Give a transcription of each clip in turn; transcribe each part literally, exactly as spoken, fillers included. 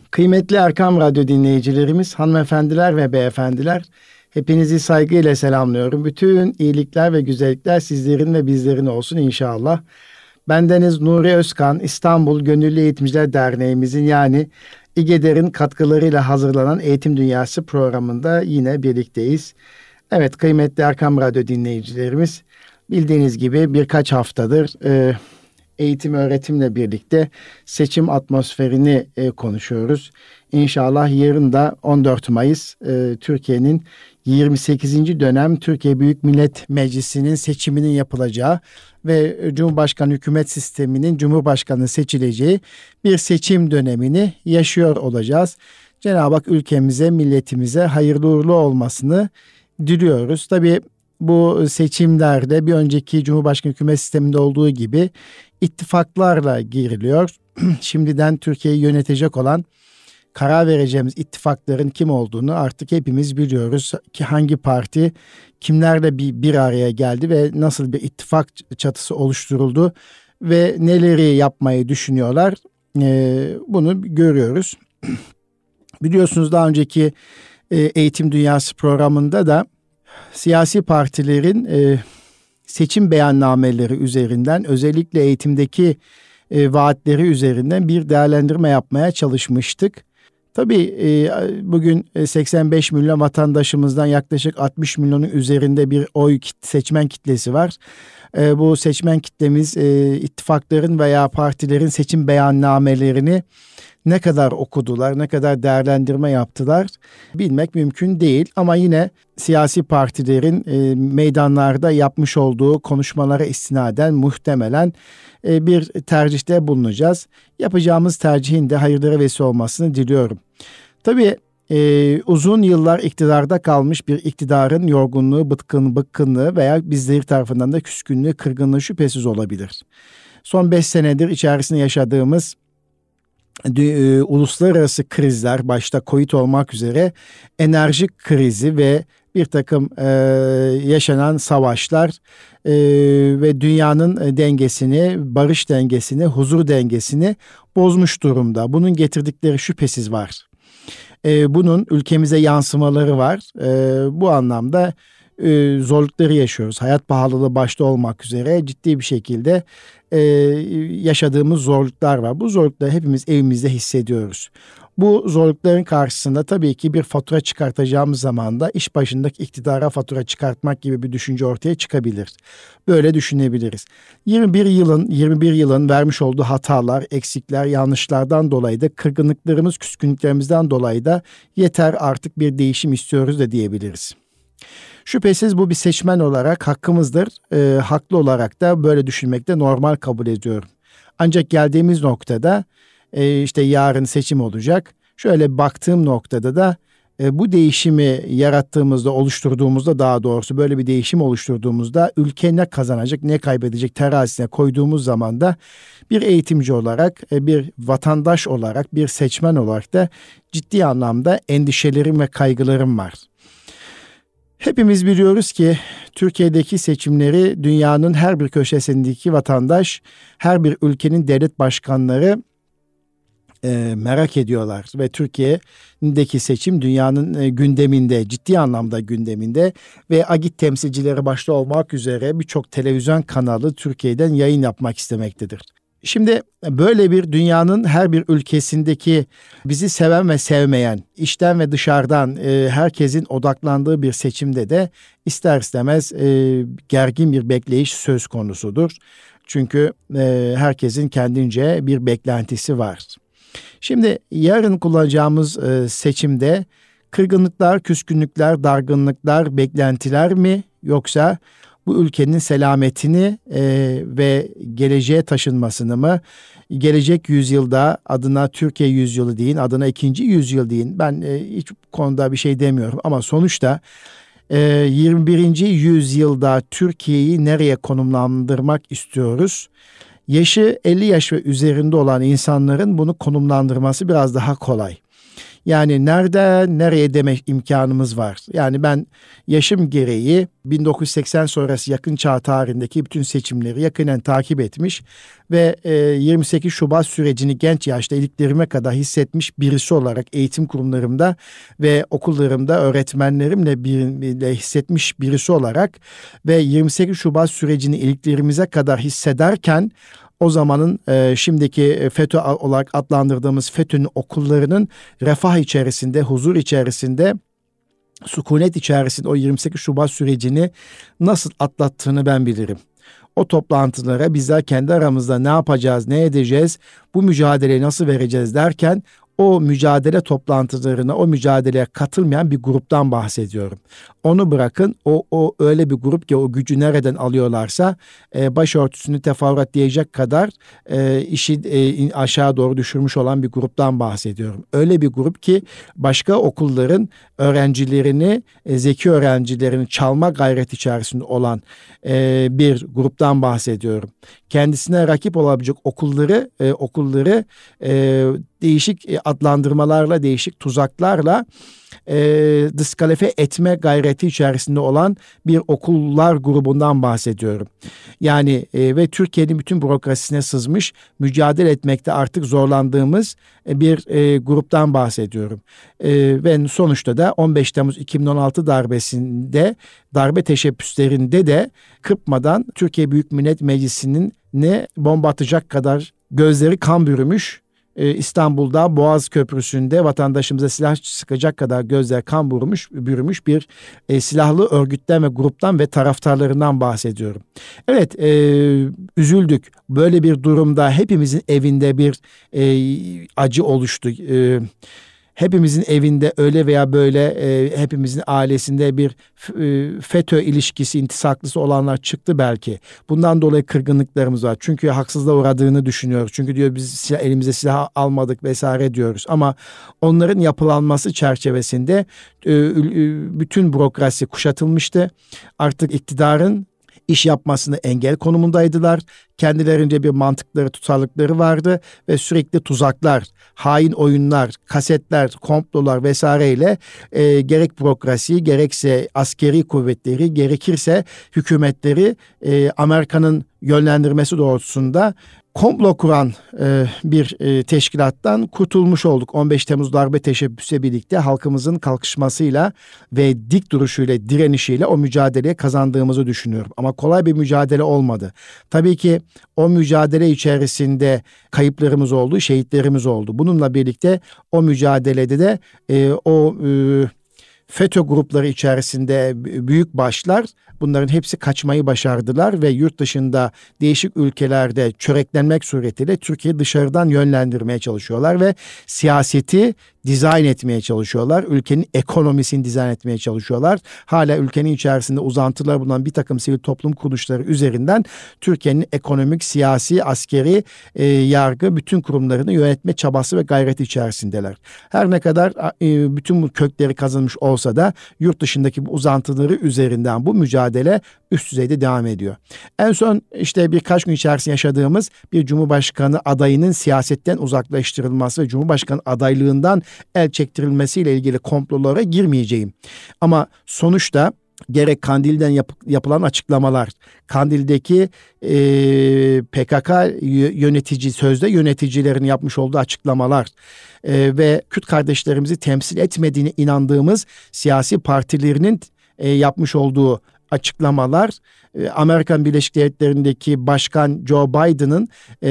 Kıymetli Erkam Radyo dinleyicilerimiz, hanımefendiler ve beyefendiler, hepinizi saygıyla selamlıyorum. Bütün iyilikler ve güzellikler sizlerin ve bizlerin olsun inşallah. Bendeniz Nuri Özkan, İstanbul Gönüllü Eğitimciler Derneğimizin yani İGEDER'in katkılarıyla hazırlanan Eğitim Dünyası programında yine birlikteyiz. Evet, kıymetli Erkam Radyo dinleyicilerimiz, bildiğiniz gibi birkaç haftadır e, eğitim öğretimle birlikte seçim atmosferini e, konuşuyoruz. İnşallah yarın da on dört Mayıs e, Türkiye'nin yirmi sekizinci dönem Türkiye Büyük Millet Meclisi'nin seçiminin yapılacağı ve Cumhurbaşkanı hükümet sisteminin Cumhurbaşkanı seçileceği bir seçim dönemini yaşıyor olacağız. Cenab-ı Hak ülkemize, milletimize hayırlı uğurlu olmasını diliyoruz. Tabii bu seçimlerde bir önceki Cumhurbaşkanı hükümet sisteminde olduğu gibi ittifaklarla giriliyor. Şimdiden Türkiye'yi yönetecek olan, karar vereceğimiz ittifakların kim olduğunu artık hepimiz biliyoruz ki hangi parti kimlerle bir, bir araya geldi ve nasıl bir ittifak çatısı oluşturuldu ve neleri yapmayı düşünüyorlar, ee, bunu görüyoruz. Biliyorsunuz daha önceki e, Eğitim Dünyası programında da siyasi partilerin e, seçim beyannameleri üzerinden, özellikle eğitimdeki e, vaatleri üzerinden bir değerlendirme yapmaya çalışmıştık. Tabii e, bugün seksen beş milyon vatandaşımızdan yaklaşık altmış milyonun üzerinde bir oy kit- seçmen kitlesi var. E, bu seçmen kitlemiz e, ittifakların veya partilerin seçim beyannamelerini ne kadar okudular, ne kadar değerlendirme yaptılar bilmek mümkün değil. Ama yine siyasi partilerin e, meydanlarda yapmış olduğu konuşmalara istinaden muhtemelen e, bir tercihte bulunacağız. Yapacağımız tercihin de hayırlara vesile olmasını diliyorum. Tabii e, uzun yıllar iktidarda kalmış bir iktidarın yorgunluğu, bıkkın, bıkkınlığı veya bizleri tarafından da küskünlüğü, kırgınlığı şüphesiz olabilir. Son beş senedir içerisinde yaşadığımız e, uluslararası krizler, başta Covid olmak üzere enerji krizi ve bir takım e, yaşanan savaşlar e, ve dünyanın dengesini, barış dengesini, huzur dengesini bozmuş durumda. Bunun getirdikleri şüphesiz var. E, bunun ülkemize yansımaları var. E, bu anlamda e, zorlukları yaşıyoruz. Hayat pahalılığı başta olmak üzere ciddi bir şekilde e, yaşadığımız zorluklar var. Bu zorlukları hepimiz evimizde hissediyoruz. Bu zorlukların karşısında tabii ki bir fatura çıkartacağımız zaman da iş başındaki iktidara fatura çıkartmak gibi bir düşünce ortaya çıkabilir. Böyle düşünebiliriz. yirmi bir yılın yirmi bir yılın vermiş olduğu hatalar, eksikler, yanlışlardan dolayı da kırgınlıklarımız, küskünlüklerimizden dolayı da yeter artık bir değişim istiyoruz da diyebiliriz. Şüphesiz bu bir seçmen olarak hakkımızdır. E, haklı olarak da böyle düşünmekte normal kabul ediyorum. Ancak geldiğimiz noktada e, işte yarın seçim olacak. Şöyle baktığım noktada da e, bu değişimi yarattığımızda, oluşturduğumuzda, daha doğrusu böyle bir değişim oluşturduğumuzda ülke ne kazanacak, ne kaybedecek terazisine koyduğumuz zaman da bir eğitimci olarak, e, bir vatandaş olarak, bir seçmen olarak da ciddi anlamda endişelerim ve kaygılarım var. Hepimiz biliyoruz ki Türkiye'deki seçimleri dünyanın her bir köşesindeki vatandaş, her bir ülkenin devlet başkanları e, merak ediyorlar. Ve Türkiye'deki seçim dünyanın e, gündeminde, ciddi anlamda gündeminde ve agit temsilcileri başta olmak üzere birçok televizyon kanalı Türkiye'den yayın yapmak istemektedir. Şimdi böyle bir dünyanın her bir ülkesindeki bizi seven ve sevmeyen, içten ve dışarıdan e, herkesin odaklandığı bir seçimde de ister istemez e, gergin bir bekleyiş söz konusudur. Çünkü e, herkesin kendince bir beklentisi var. Şimdi yarın kullanacağımız e, seçimde kırgınlıklar, küskünlükler, dargınlıklar, beklentiler mi, yoksa bu ülkenin selametini e, ve geleceğe taşınmasını mı, gelecek yüzyılda adına Türkiye yüzyılı deyin, adına ikinci yüzyıl deyin, ben e, hiç konuda bir şey demiyorum ama sonuçta e, yirmi birinci yüzyılda Türkiye'yi nereye konumlandırmak istiyoruz? Yaşı elli yaş ve üzerinde olan insanların bunu konumlandırması biraz daha kolay. Yani nereden nereye deme imkanımız var. Yani ben yaşım gereği bin dokuz yüz seksen sonrası yakın çağ tarihindeki bütün seçimleri yakinen takip etmiş ve yirmi sekiz Şubat sürecini genç yaşta iliklerime kadar hissetmiş birisi olarak eğitim kurumlarımda ve okullarımda öğretmenlerimle bir, hissetmiş birisi olarak ve yirmi sekiz Şubat sürecini iliklerimize kadar hissederken o zamanın e, şimdiki FETÖ olarak adlandırdığımız FETÖ'nün okullarının refah içerisinde, huzur içerisinde, sükunet içerisinde o yirmi sekiz Şubat sürecini nasıl atlattığını ben bilirim. O toplantılara bizler kendi aramızda ne yapacağız, ne edeceğiz, bu mücadeleyi nasıl vereceğiz derken o mücadele toplantılarına, o mücadeleye katılmayan bir gruptan bahsediyorum. Onu bırakın, o, o öyle bir grup ki o gücü nereden alıyorlarsa e, başörtüsünü teferruat diyecek kadar e, işi e, aşağı doğru düşürmüş olan bir gruptan bahsediyorum. Öyle bir grup ki başka okulların öğrencilerini, e, zeki öğrencilerini çalma gayreti içerisinde olan e, bir gruptan bahsediyorum. Kendisine rakip olabilecek okulları, e, okulları e, değişik adlandırmalarla, değişik tuzaklarla e, diskalifiye etme gayreti içerisinde olan bir okullar grubundan bahsediyorum. Yani e, ve Türkiye'nin bütün bürokrasisine sızmış, mücadele etmekte artık zorlandığımız e, bir e, gruptan bahsediyorum. E, ve sonuçta da on beş Temmuz iki bin on altı darbesinde, darbe teşebbüslerinde de kırpmadan Türkiye Büyük Millet Meclisi'nin ne bomba atacak kadar gözleri kan bürümüş, İstanbul'da Boğaz Köprüsü'nde vatandaşımıza silah sıkacak kadar gözler kan bürümüş, bürümüş bir e, silahlı örgütten ve gruptan ve taraftarlarından bahsediyorum. Evet, e, üzüldük. Böyle bir durumda hepimizin evinde bir e, acı oluştu. E, Hepimizin evinde öyle veya böyle e, hepimizin ailesinde bir e, FETÖ ilişkisi, intisaklısı olanlar çıktı belki. Bundan dolayı kırgınlıklarımız var. Çünkü haksızlığa uğradığını düşünüyoruz. Çünkü diyor biz silah, elimize silah almadık vesaire diyoruz. Ama onların yapılanması çerçevesinde e, bütün bürokrasi kuşatılmıştı. Artık iktidarın iş yapmasını engel konumundaydılar. Kendilerince bir mantıkları, tutarlılıkları vardı ve sürekli tuzaklar, hain oyunlar, kasetler, komplolar vesaireyle e, gerek bürokrasiyi, gerekse askeri kuvvetleri, gerekirse hükümetleri e, Amerika'nın yönlendirmesi doğrultusunda komplo kuran e, bir e, teşkilattan kurtulmuş olduk. on beş Temmuz darbe teşebbüsüyle birlikte halkımızın kalkışmasıyla ve dik duruşuyla, direnişiyle o mücadeleye kazandığımızı düşünüyorum. Ama kolay bir mücadele olmadı. Tabii ki o mücadele içerisinde kayıplarımız oldu, şehitlerimiz oldu. Bununla birlikte o mücadelede de e, o e, FETÖ grupları içerisinde büyük başlar, bunların hepsi kaçmayı başardılar ve yurt dışında değişik ülkelerde çöreklenmek suretiyle Türkiye'yi dışarıdan yönlendirmeye çalışıyorlar ve siyaseti dizayn etmeye çalışıyorlar. Ülkenin ekonomisini dizayn etmeye çalışıyorlar. Hala ülkenin içerisinde uzantılar bulunan bir takım sivil toplum kuruluşları üzerinden Türkiye'nin ekonomik, siyasi, askeri, e, yargı bütün kurumlarını yönetme çabası ve gayreti içerisindeler. Her ne kadar e, bütün bu kökleri kazanmış olsa da yurt dışındaki bu uzantıları üzerinden bu mücadele üst düzeyde devam ediyor. En son işte birkaç gün içerisinde yaşadığımız bir Cumhurbaşkanı adayının siyasetten uzaklaştırılması ve Cumhurbaşkanı adaylığından el çektirilmesiyle ilgili komplolara girmeyeceğim. Ama sonuçta gerek Kandil'den yap, yapılan açıklamalar, Kandil'deki e, P K K yönetici, sözde yöneticilerin yapmış olduğu açıklamalar e, ve Kürt kardeşlerimizi temsil etmediğine inandığımız siyasi partilerinin e, yapmış olduğu açıklamalar, Amerikan Birleşik Devletleri'ndeki Başkan Joe Biden'ın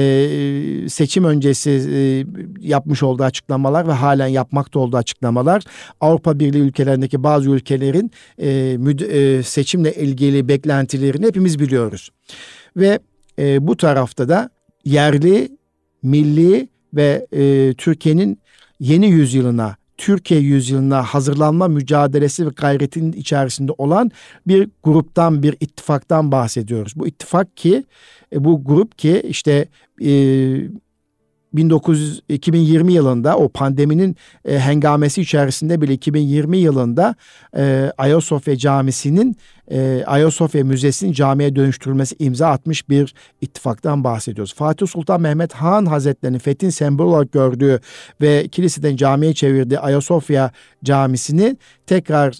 e, seçim öncesi e, yapmış olduğu açıklamalar ve halen yapmakta olduğu açıklamalar, Avrupa Birliği ülkelerindeki bazı ülkelerin e, müd- e, seçimle ilgili beklentilerini hepimiz biliyoruz. Ve e, bu tarafta da yerli, milli ve e, Türkiye'nin yeni yüzyılına, Türkiye yüzyılına hazırlanma mücadelesi ve gayretinin içerisinde olan bir gruptan, bir ittifaktan bahsediyoruz. Bu ittifak ki, bu grup ki işte e, bin dokuz yüz iki bin yirmi yılında o pandeminin e, hengamesi içerisinde bile iki bin yirmi yılında e, Ayasofya Camisi'nin e, Ayasofya Müzesi'nin camiye dönüştürülmesi imza atmış bir ittifaktan bahsediyoruz. Fatih Sultan Mehmet Han Hazretleri'nin fethin sembolü olarak gördüğü ve kiliseden camiye çevirdiği Ayasofya Camisi'ni tekrar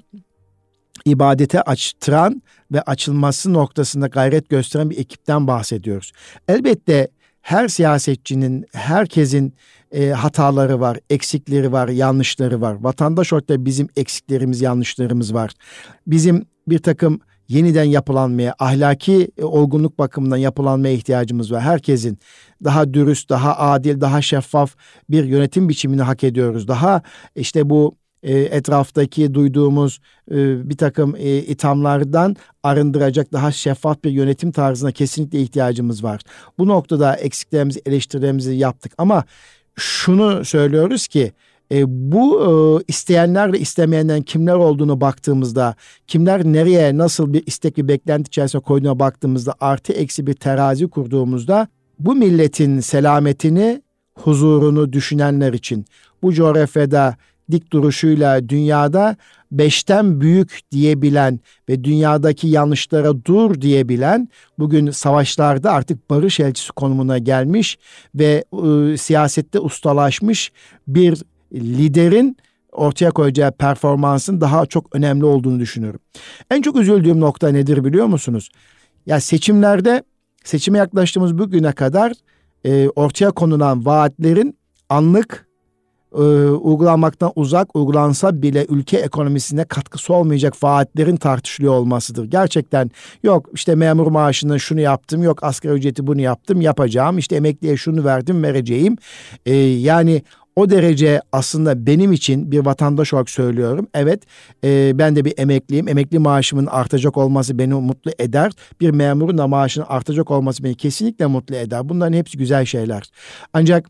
ibadete açtıran ve açılması noktasında gayret gösteren bir ekipten bahsediyoruz. Elbette her siyasetçinin, herkesin e, hataları var, eksikleri var, yanlışları var. Vatandaş olarak da bizim eksiklerimiz, yanlışlarımız var. Bizim bir takım yeniden yapılanmaya, ahlaki e, olgunluk bakımından yapılanmaya ihtiyacımız var. Herkesin daha dürüst, daha adil, daha şeffaf bir yönetim biçimini hak ediyoruz. Daha işte bu e, etraftaki duyduğumuz e, bir takım e, ithamlardan arındıracak daha şeffaf bir yönetim tarzına kesinlikle ihtiyacımız var. Bu noktada eksiklerimizi, eleştirilerimizi yaptık ama şunu söylüyoruz ki e, bu e, isteyenlerle istemeyenlerin kimler olduğunu baktığımızda, kimler nereye nasıl bir istek ve beklenti içerisine koyduğuna baktığımızda, artı eksi bir terazi kurduğumuzda bu milletin selametini, huzurunu düşünenler için bu coğrafyada dik duruşuyla dünyada beşten büyük diyebilen ve dünyadaki yanlışlara dur diyebilen, bugün savaşlarda artık barış elçisi konumuna gelmiş ve e, siyasette ustalaşmış bir liderin ortaya koyacağı performansın daha çok önemli olduğunu düşünüyorum. En çok üzüldüğüm nokta nedir biliyor musunuz? Ya seçimlerde, seçime yaklaştığımız bugüne kadar e, ortaya konulan vaatlerin anlık, E, uygulanmaktan uzak, uygulansa bile ülke ekonomisine katkısı olmayacak vaatlerin tartışılıyor olmasıdır. Gerçekten yok işte memur maaşını şunu yaptım, yok asgari ücreti bunu yaptım, yapacağım, işte emekliye şunu verdim, vereceğim. E, yani o derece aslında benim için bir vatandaş olarak söylüyorum. Evet e, ben de bir emekliyim. Emekli maaşımın artacak olması beni mutlu eder. Bir memurun da maaşının artacak olması beni kesinlikle mutlu eder. Bunların hepsi güzel şeyler. Ancak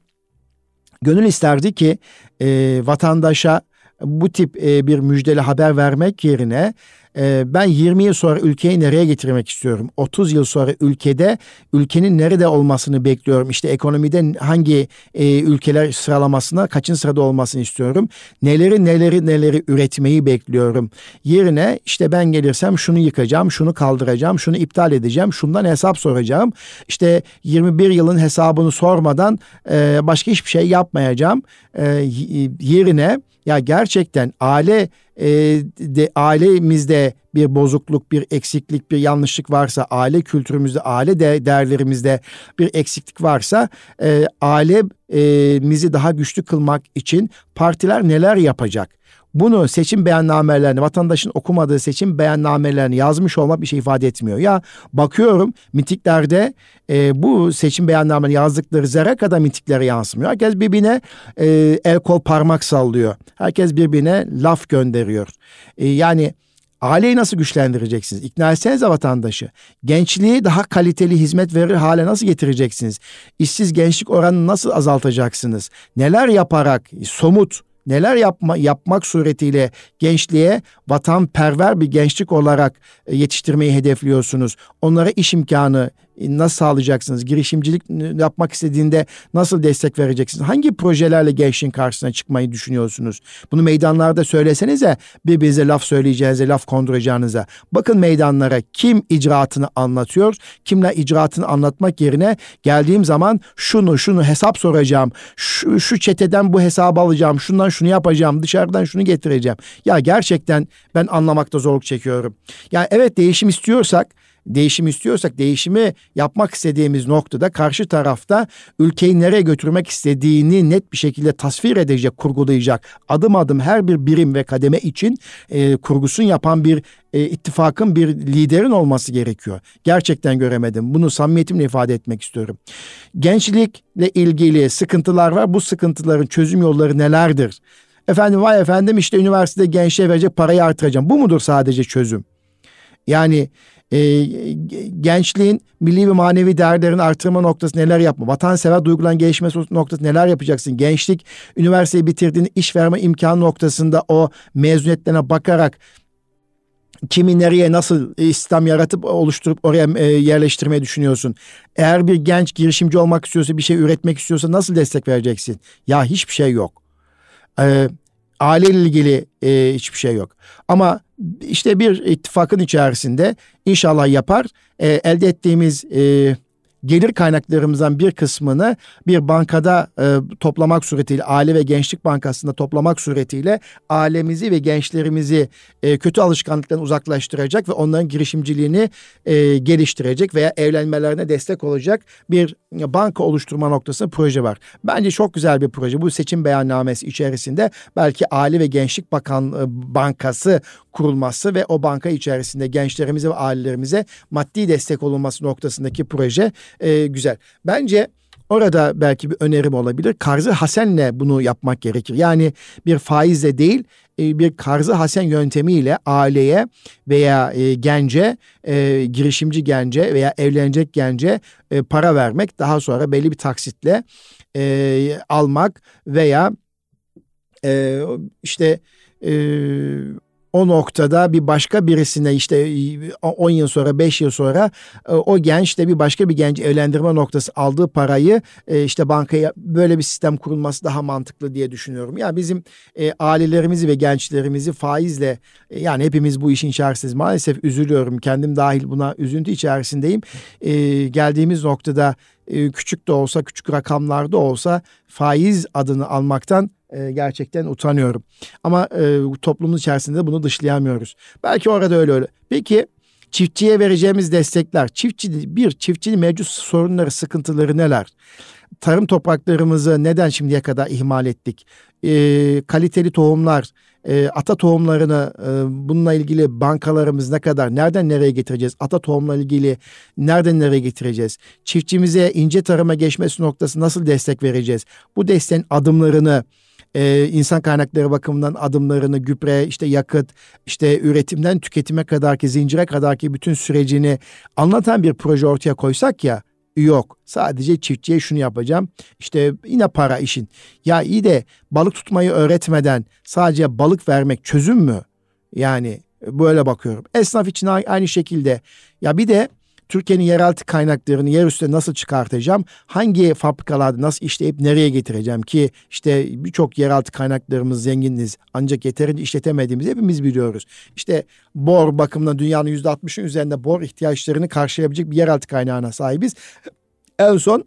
gönül isterdi ki e, vatandaşa bu tip e, bir müjdeli haber vermek yerine e, ben yirmi yıl sonra ülkeyi nereye getirmek istiyorum? otuz yıl sonra ülkede ülkenin nerede olmasını bekliyorum. İşte ekonomide hangi e, ülkeler sıralamasına kaçıncı sırada olmasını istiyorum. Neleri neleri neleri üretmeyi bekliyorum. Yerine işte ben gelirsem şunu yıkacağım, şunu kaldıracağım, şunu iptal edeceğim, şundan hesap soracağım. İşte yirmi bir yılın hesabını sormadan e, başka hiçbir şey yapmayacağım. E, yerine ya gerçekten aile e, de ailemizde bir bozukluk, bir eksiklik, bir yanlışlık varsa, aile kültürümüzde, aile de, değerlerimizde bir eksiklik varsa, e, ailemizi daha güçlü kılmak için partiler neler yapacak? Bunu seçim beyannamelerini, vatandaşın okumadığı seçim beyannamelerini yazmış olmak bir şey ifade etmiyor. Ya bakıyorum mitinglerde e, bu seçim beyannamelerini yazdıkları zerre kadar mitinglere yansımıyor. Herkes birbirine e, el kol parmak sallıyor. Herkes birbirine laf gönderiyor. E, yani aileyi nasıl güçlendireceksiniz? İkna etsenize vatandaşı. Gençliği daha kaliteli hizmet verir hale nasıl getireceksiniz? İşsiz gençlik oranını nasıl azaltacaksınız? Neler yaparak somut, neler yapma, yapmak suretiyle gençliğe vatanperver bir gençlik olarak yetiştirmeyi hedefliyorsunuz? Onlara iş imkanı nasıl sağlayacaksınız? Girişimcilik yapmak istediğinde nasıl destek vereceksiniz? Hangi projelerle gençliğin karşısına çıkmayı düşünüyorsunuz? Bunu meydanlarda söylesenize, birbirinize laf söyleyeceğinize, laf konduracağınıza. Bakın meydanlara kim icraatını anlatıyor? Kimler icraatını anlatmak yerine geldiğim zaman şunu şunu hesap soracağım. Şu, şu çeteden bu hesabı alacağım. Şundan şunu yapacağım. Dışarıdan şunu getireceğim. Ya gerçekten ben anlamakta zorluk çekiyorum. Yani evet değişim istiyorsak, Değişim istiyorsak değişimi yapmak istediğimiz noktada karşı tarafta ülkeyi nereye götürmek istediğini net bir şekilde tasvir edecek, kurgulayacak, adım adım her bir birim ve kademe için e, kurgusunu yapan bir e, ittifakın, bir liderin olması gerekiyor. Gerçekten göremedim. Bunu samimiyetimle ifade etmek istiyorum. Gençlikle ilgili sıkıntılar var. Bu sıkıntıların çözüm yolları nelerdir? Efendim vay efendim işte üniversitede gençliğe verecek parayı artıracağım. Bu mudur sadece çözüm? Yani e, gençliğin milli ve manevi değerlerini artırma noktası neler yapma? Vatansever duyguların gelişmesi noktası neler yapacaksın? Gençlik üniversiteyi bitirdiğinde iş verme imkanı noktasında o mezuniyetlerine bakarak Kimi nereye nasıl istihdam yaratıp oluşturup oraya e, yerleştirmeyi düşünüyorsun? Eğer bir genç girişimci olmak istiyorsa, bir şey üretmek istiyorsa nasıl destek vereceksin? Ya hiçbir şey yok. Ee, aileyle ilgili e, hiçbir şey yok. Ama işte bir ittifakın içerisinde inşallah yapar. E, elde ettiğimiz e, gelir kaynaklarımızdan bir kısmını bir bankada e, toplamak suretiyle, Aile ve Gençlik Bankası'nda toplamak suretiyle ailemizi ve gençlerimizi e, kötü alışkanlıklardan uzaklaştıracak ve onların girişimciliğini e, geliştirecek veya evlenmelerine destek olacak bir banka oluşturma noktasında proje var. Bence çok güzel bir proje. Bu seçim beyannamesi içerisinde belki Aile ve Gençlik Bakan Bankası kurulması ve o banka içerisinde gençlerimize ve ailelerimize maddi destek olunması noktasındaki proje e, güzel. Bence orada belki bir önerim olabilir. Karzı hasenle bunu yapmak gerekir. Yani bir faizle değil, e, bir karzı hasen yöntemiyle aileye veya e, gence, e, girişimci gence veya evlenecek gence e, para vermek, daha sonra belli bir taksitle e, almak veya e, işte e, o noktada bir başka birisine işte on yıl sonra, beş yıl sonra o genç de bir başka bir genç evlendirme noktası aldığı parayı işte bankaya, böyle bir sistem kurulması daha mantıklı diye düşünüyorum. Ya bizim e, ailelerimizi ve gençlerimizi faizle, e, yani hepimiz bu işin içerisindeyiz. Maalesef üzülüyorum. Kendim dahil buna üzüntü içerisindeyim. E, geldiğimiz noktada e, küçük de olsa, küçük rakamlarda olsa faiz adını almaktan E, gerçekten utanıyorum. Ama e, toplumun içerisinde bunu dışlayamıyoruz. Belki orada öyle öyle. Peki çiftçiye vereceğimiz destekler. Çiftçi, bir çiftçinin mevcut sorunları, sıkıntıları neler? Tarım topraklarımızı neden şimdiye kadar ihmal ettik? E, kaliteli tohumlar, e, ata tohumlarını e, bununla ilgili bankalarımız ne kadar, nereden nereye getireceğiz? Ata tohumla ilgili nereden nereye getireceğiz? Çiftçimize ince tarıma geçmesi noktası nasıl destek vereceğiz? Bu desteğin adımlarını, Ee, insan kaynakları bakımından adımlarını, gübre, işte yakıt, işte üretimden tüketime kadarki, zincire kadarki bütün sürecini anlatan bir proje ortaya koysak ya, yok. Sadece çiftçiye şunu yapacağım, İşte yine para işin. Ya iyi de balık tutmayı öğretmeden sadece balık vermek çözüm mü? Yani böyle bakıyorum. Esnaf için aynı şekilde. Ya bir de Türkiye'nin yeraltı kaynaklarını yer üstüne nasıl çıkartacağım? Hangi fabrikalarda nasıl işleyip nereye getireceğim ki işte birçok yeraltı kaynaklarımız zenginiz ancak yeterince işletemediğimizi hepimiz biliyoruz. İşte bor bakımından dünyanın yüzde altmışın üzerinde bor ihtiyaçlarını karşılayabilecek bir yeraltı kaynağına sahibiz. En son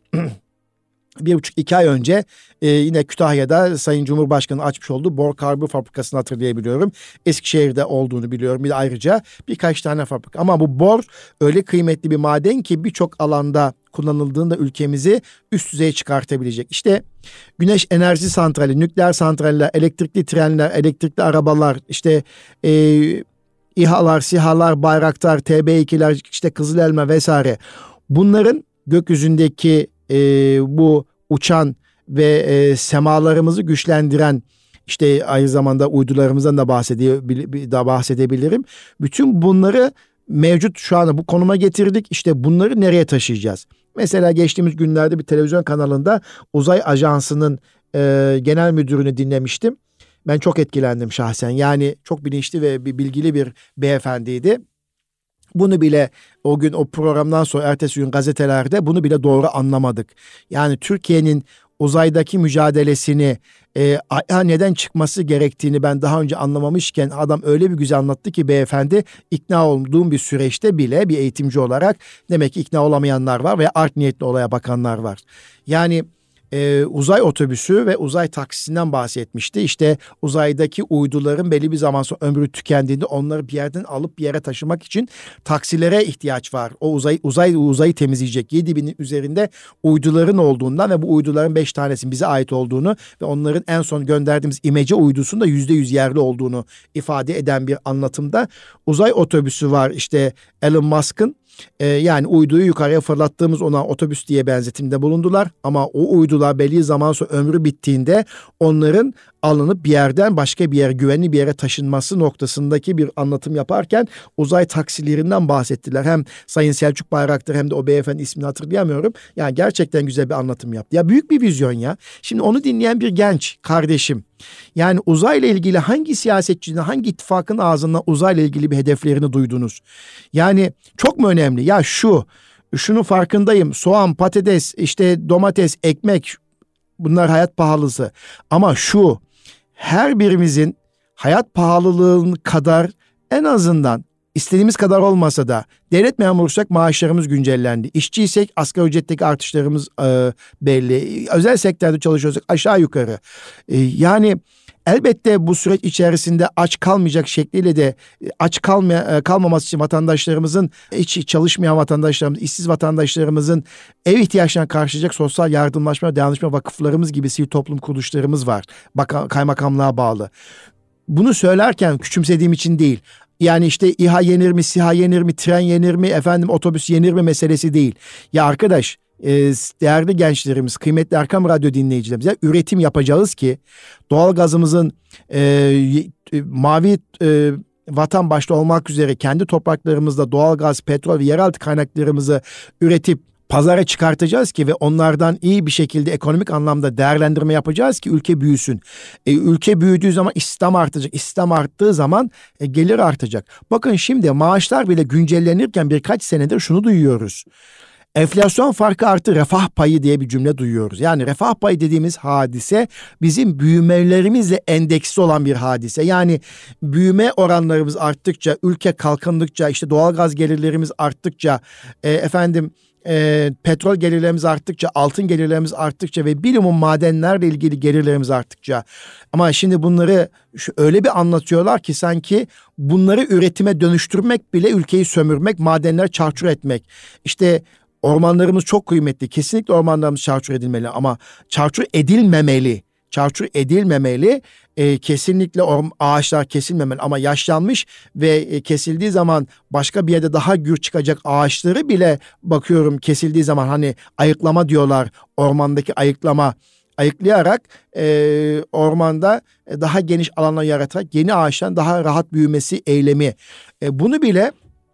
bir buçuk iki ay önce e, yine Kütahya'da Sayın Cumhurbaşkanı açmış olduğu bor karbür fabrikasını hatırlayabiliyorum. Eskişehir'de olduğunu biliyorum. Bir de ayrıca birkaç tane fabrika. Ama bu bor öyle kıymetli bir maden ki birçok alanda kullanıldığında ülkemizi üst düzeye çıkartabilecek. İşte güneş enerji santrali, nükleer santraller, elektrikli trenler, elektrikli arabalar, işte e, İHA'lar, SİHA'lar, Bayraktar, T B ikiler, işte Kızılelma vesaire. Bunların gökyüzündeki e, bu uçan ve e, semalarımızı güçlendiren, işte aynı zamanda uydularımızdan da bahsede- da bahsedebilirim. Bütün bunları mevcut şu anda bu konuma getirdik. İşte bunları nereye taşıyacağız? Mesela geçtiğimiz günlerde bir televizyon kanalında Uzay Ajansı'nın e, genel müdürünü dinlemiştim. Ben çok etkilendim şahsen. Yani çok bilinçli ve bir bilgili bir beyefendiydi. Bunu bile o gün o programdan sonra ertesi gün gazetelerde bunu bile doğru anlamadık. Yani Türkiye'nin uzaydaki mücadelesini e, neden çıkması gerektiğini ben daha önce anlamamışken adam öyle bir güzel anlattı ki beyefendi, ikna olduğum bir süreçte bile bir eğitimci olarak demek ki ikna olamayanlar var ve art niyetli olaya bakanlar var. Yani Ee, uzay otobüsü ve uzay taksisinden bahsetmişti. İşte uzaydaki uyduların belli bir zaman sonra ömrü tükendiğinde onları bir yerden alıp bir yere taşımak için taksilere ihtiyaç var. O uzay uzay uzayı temizleyecek yedi binin üzerinde uyduların olduğundan ve bu uyduların beş tanesinin bize ait olduğunu ve onların en son gönderdiğimiz İmece uydusunun da yüzde yüz yerli olduğunu ifade eden bir anlatımda uzay otobüsü var. İşte Elon Musk'ın Ee, yani uyduyu yukarıya fırlattığımız ona otobüs diye benzetimde bulundular. Ama o uydular belli zaman sonra ömrü bittiğinde onların alınıp bir yerden başka bir yere, güvenli bir yere taşınması noktasındaki bir anlatım yaparken uzay taksilerinden bahsettiler. Hem Sayın Selçuk Bayraktar hem de o beyefendi, ismini hatırlayamıyorum. Yani gerçekten güzel bir anlatım yaptı. Ya büyük bir vizyon ya. Şimdi onu dinleyen bir genç kardeşim, yani uzayla ilgili hangi siyasetçinin, hangi ittifakın ağzından uzayla ilgili bir hedeflerini duydunuz? Yani çok mu önemli? Ya şu, şunun farkındayım. Soğan, patates, işte domates, ekmek, bunlar hayat pahalısı. Ama şu, her birimizin hayat pahalılığının kadar, en azından istediğimiz kadar olmasa da, devlet memuruysak maaşlarımız güncellendi. İşçiysek asgari ücretteki artışlarımız e, belli. Özel sektörde çalışıyorsak aşağı yukarı. E, yani elbette bu süreç içerisinde aç kalmayacak şekliyle de aç kalmaya, kalmaması için vatandaşlarımızın, hiç çalışmayan vatandaşlarımız, işsiz vatandaşlarımızın ev ihtiyaçlarını karşılayacak sosyal yardımlaşma ve dayanışma vakıflarımız gibi sivil toplum kuruluşlarımız var. Bak, kaymakamlığa bağlı. Bunu söylerken küçümsediğim için değil. Yani işte İHA yenir mi, SİHA yenir mi, tren yenir mi, efendim otobüs yenir mi meselesi değil. Ya arkadaş, e, değerli gençlerimiz, kıymetli Erkam Radyo dinleyicilerimiz, üretim yapacağız ki doğalgazımızın e, mavi e, vatan başta olmak üzere kendi topraklarımızda doğalgaz, petrol ve yeraltı kaynaklarımızı üretip pazara çıkartacağız ki ve onlardan iyi bir şekilde ekonomik anlamda değerlendirme yapacağız ki ülke büyüsün. E, ülke büyüdüğü zaman istihdam artacak. İstihdam arttığı zaman e, gelir artacak. Bakın şimdi maaşlar bile güncellenirken birkaç senedir şunu duyuyoruz. Enflasyon farkı artı refah payı diye bir cümle duyuyoruz. Yani refah payı dediğimiz hadise bizim büyümelerimizle endeksli olan bir hadise. Yani büyüme oranlarımız arttıkça, ülke kalkındıkça, işte doğalgaz gelirlerimiz arttıkça, e, efendim e, petrol gelirlerimiz arttıkça, altın gelirlerimiz arttıkça ve bilimum madenlerle ilgili gelirlerimiz arttıkça. Ama şimdi bunları şu, öyle bir anlatıyorlar ki sanki bunları üretime dönüştürmek bile ülkeyi sömürmek, madenleri çarçur etmek. İşte ormanlarımız çok kıymetli. Kesinlikle ormanlarımız çarçur edilmeli ama çarçur edilmemeli. Çarçur edilmemeli. E, kesinlikle or- ağaçlar kesilmemeli ama yaşlanmış ve e, kesildiği zaman başka bir yerde daha gür çıkacak ağaçları bile bakıyorum kesildiği zaman, hani ayıklama diyorlar, ormandaki ayıklama. Ayıklayarak e, ormanda daha geniş alanlar yaratarak yeni ağaçların daha rahat büyümesi eylemi. E, bunu bile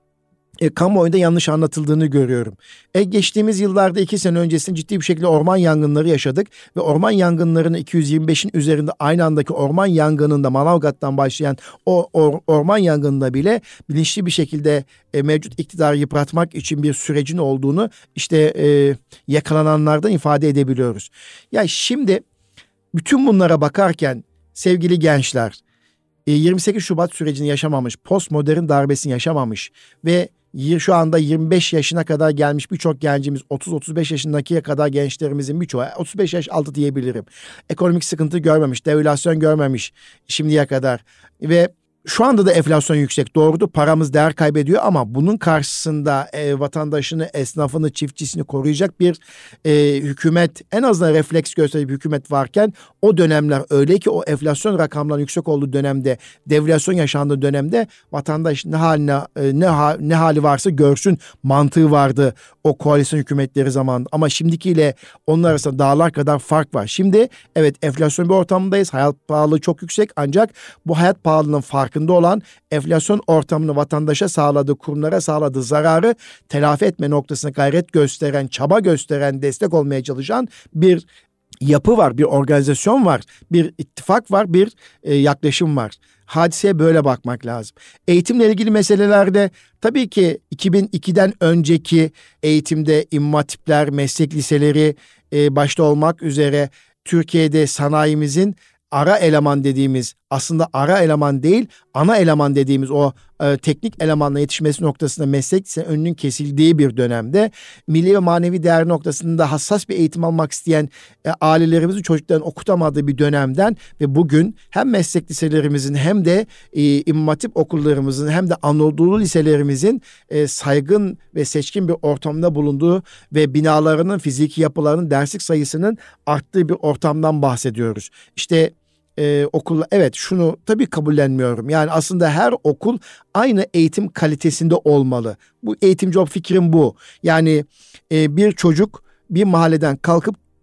E, kamuoyunda yanlış anlatıldığını görüyorum. E, geçtiğimiz yıllarda iki sene öncesinde ciddi bir şekilde orman yangınları yaşadık ve orman yangınlarının iki yüz yirmi beşin üzerinde aynı andaki orman yangınında, Manavgat'tan başlayan o or, orman yangınında bile bilinçli bir şekilde e, mevcut iktidarı yıpratmak için bir sürecin olduğunu işte e, yakalananlardan ifade edebiliyoruz. Ya şimdi bütün bunlara bakarken sevgili gençler, e, yirmi sekiz Şubat sürecini yaşamamış, postmodern darbesini yaşamamış ve şu anda yirmi beş yaşına kadar gelmiş birçok gencimiz, otuz otuz beş yaşındaki kadar gençlerimizin birçoğu, otuz beş yaş altı diyebilirim, ekonomik sıkıntı görmemiş, devalüasyon görmemiş şimdiye kadar ve şu anda da enflasyon yüksek, doğrudur, paramız değer kaybediyor ama bunun karşısında e, vatandaşını, esnafını, çiftçisini koruyacak bir e, hükümet, en azından refleks gösterip hükümet varken, o dönemler öyle ki o enflasyon rakamlarının yüksek olduğu dönemde, devalüasyon yaşandığı dönemde vatandaş ne haline e, ne, ha, ne hali varsa görsün mantığı vardı o koalisyon hükümetleri zamanında. Ama şimdikiyle onlar arasında dağlar kadar fark var. Şimdi evet, enflasyon bir ortamındayız, hayat pahalılığı çok yüksek ancak bu hayat pahalılığının farkında olan, enflasyon ortamını vatandaşa sağladığı, kurumlara sağladığı zararı telafi etme noktasına gayret gösteren, çaba gösteren, destek olmaya çalışan bir yapı var, bir organizasyon var, bir ittifak var, bir e, yaklaşım var. Hadiseye böyle bakmak lazım. Eğitimle ilgili meselelerde tabii ki iki bin ikiden önceki eğitimde İmam Hatipler, meslek liseleri e, başta olmak üzere Türkiye'de sanayimizin ara eleman dediğimiz, aslında ara eleman değil, ana eleman dediğimiz o e, teknik elemanla yetişmesi noktasında meslek ise önünün kesildiği bir dönemde, milli ve manevi değer noktasında hassas bir eğitim almak isteyen e, ailelerimizin çocuklarını okutamadığı bir dönemden ve bugün hem meslek liselerimizin hem de e, İmam Hatip okullarımızın hem de Anadolu liselerimizin e, saygın ve seçkin bir ortamda bulunduğu ve binalarının, fiziki yapılarının, derslik sayısının arttığı bir ortamdan bahsediyoruz. İşte Ee, okulla evet, şunu tabii kabullenmiyorum. Yani aslında her okul aynı eğitim kalitesinde olmalı. Bu eğitimci fikrim bu. Yani e, bir çocuk bir mahalleden kalkıp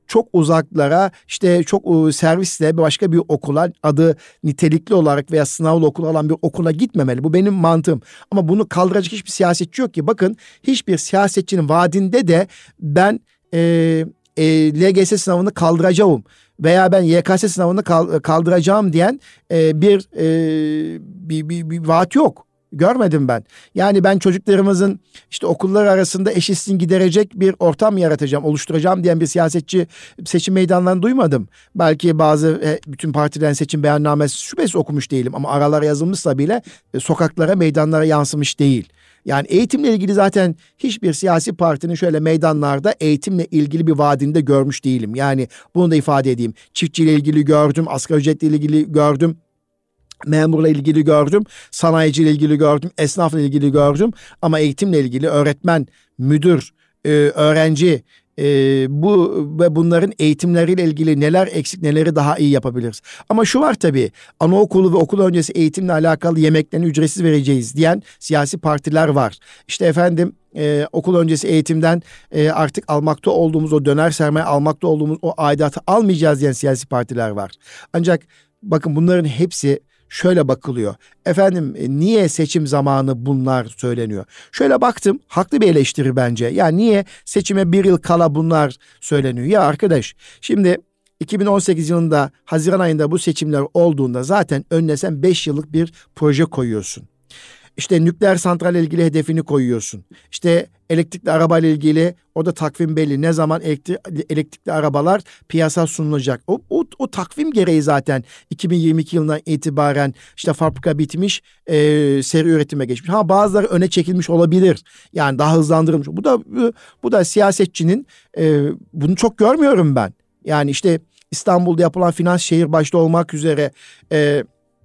çok uzaklara işte çok e, servisle başka bir okula adı nitelikli olarak veya sınavlı okul alan bir okula gitmemeli. Bu benim mantığım. Ama bunu kaldıracak hiçbir siyasetçi yok ki. Bakın hiçbir siyasetçinin vaadinde de ben e, e, L G S sınavını kaldıracağım veya ben Y K S sınavını kaldıracağım diyen e, bir, e, bir, bir, bir vaat yok. Görmedim ben. Yani ben çocuklarımızın işte okullar arasında eşitsizliğini giderecek bir ortam yaratacağım, oluşturacağım diyen bir siyasetçi seçim meydanlarını duymadım. Belki bazı bütün partilerin seçim beyannamesi şüphesiz okumuş değilim ama aralara yazılmışsa bile sokaklara, meydanlara yansımış değil. Yani eğitimle ilgili zaten hiçbir siyasi partinin şöyle meydanlarda eğitimle ilgili bir vaadinde görmüş değilim. Yani bunu da ifade edeyim. Çiftçiyle ilgili gördüm, asgari ücretle ilgili gördüm. Memurla ilgili gördüm, sanayiciyle ilgili gördüm, esnafla ilgili gördüm. Ama eğitimle ilgili öğretmen, müdür, e, öğrenci e, bu ve bunların eğitimleriyle ilgili neler eksik, neleri daha iyi yapabiliriz. Ama şu var tabii, anaokulu ve okul öncesi eğitimle alakalı yemeklerini ücretsiz vereceğiz diyen siyasi partiler var. İşte efendim Ee, okul öncesi eğitimden e, artık almakta olduğumuz o döner sermaye almakta olduğumuz o aidatı almayacağız diyen siyasi partiler var. Ancak bakın bunların hepsi şöyle bakılıyor. Efendim niye seçim zamanı bunlar söyleniyor? Şöyle baktım, haklı bir eleştiri bence. Yani niye seçime bir yıl kala bunlar söyleniyor? Ya arkadaş, şimdi iki bin on sekiz yılında Haziran ayında bu seçimler olduğunda zaten önüne sen beş yıllık bir proje koyuyorsun. İşte nükleer santralle ilgili hedefini koyuyorsun. İşte elektrikli araba ile ilgili o da takvim belli. Ne zaman elektri, elektrikli arabalar piyasa sunulacak. O, o, o takvim gereği zaten iki bin yirmi iki yılından itibaren işte fabrika bitmiş, e, seri üretime geçmiş. Ha bazıları öne çekilmiş olabilir. Yani daha hızlandırılmış. Bu da bu, bu da siyasetçinin e, bunu çok görmüyorum ben. Yani işte İstanbul'da yapılan finans şehir başta olmak üzere e,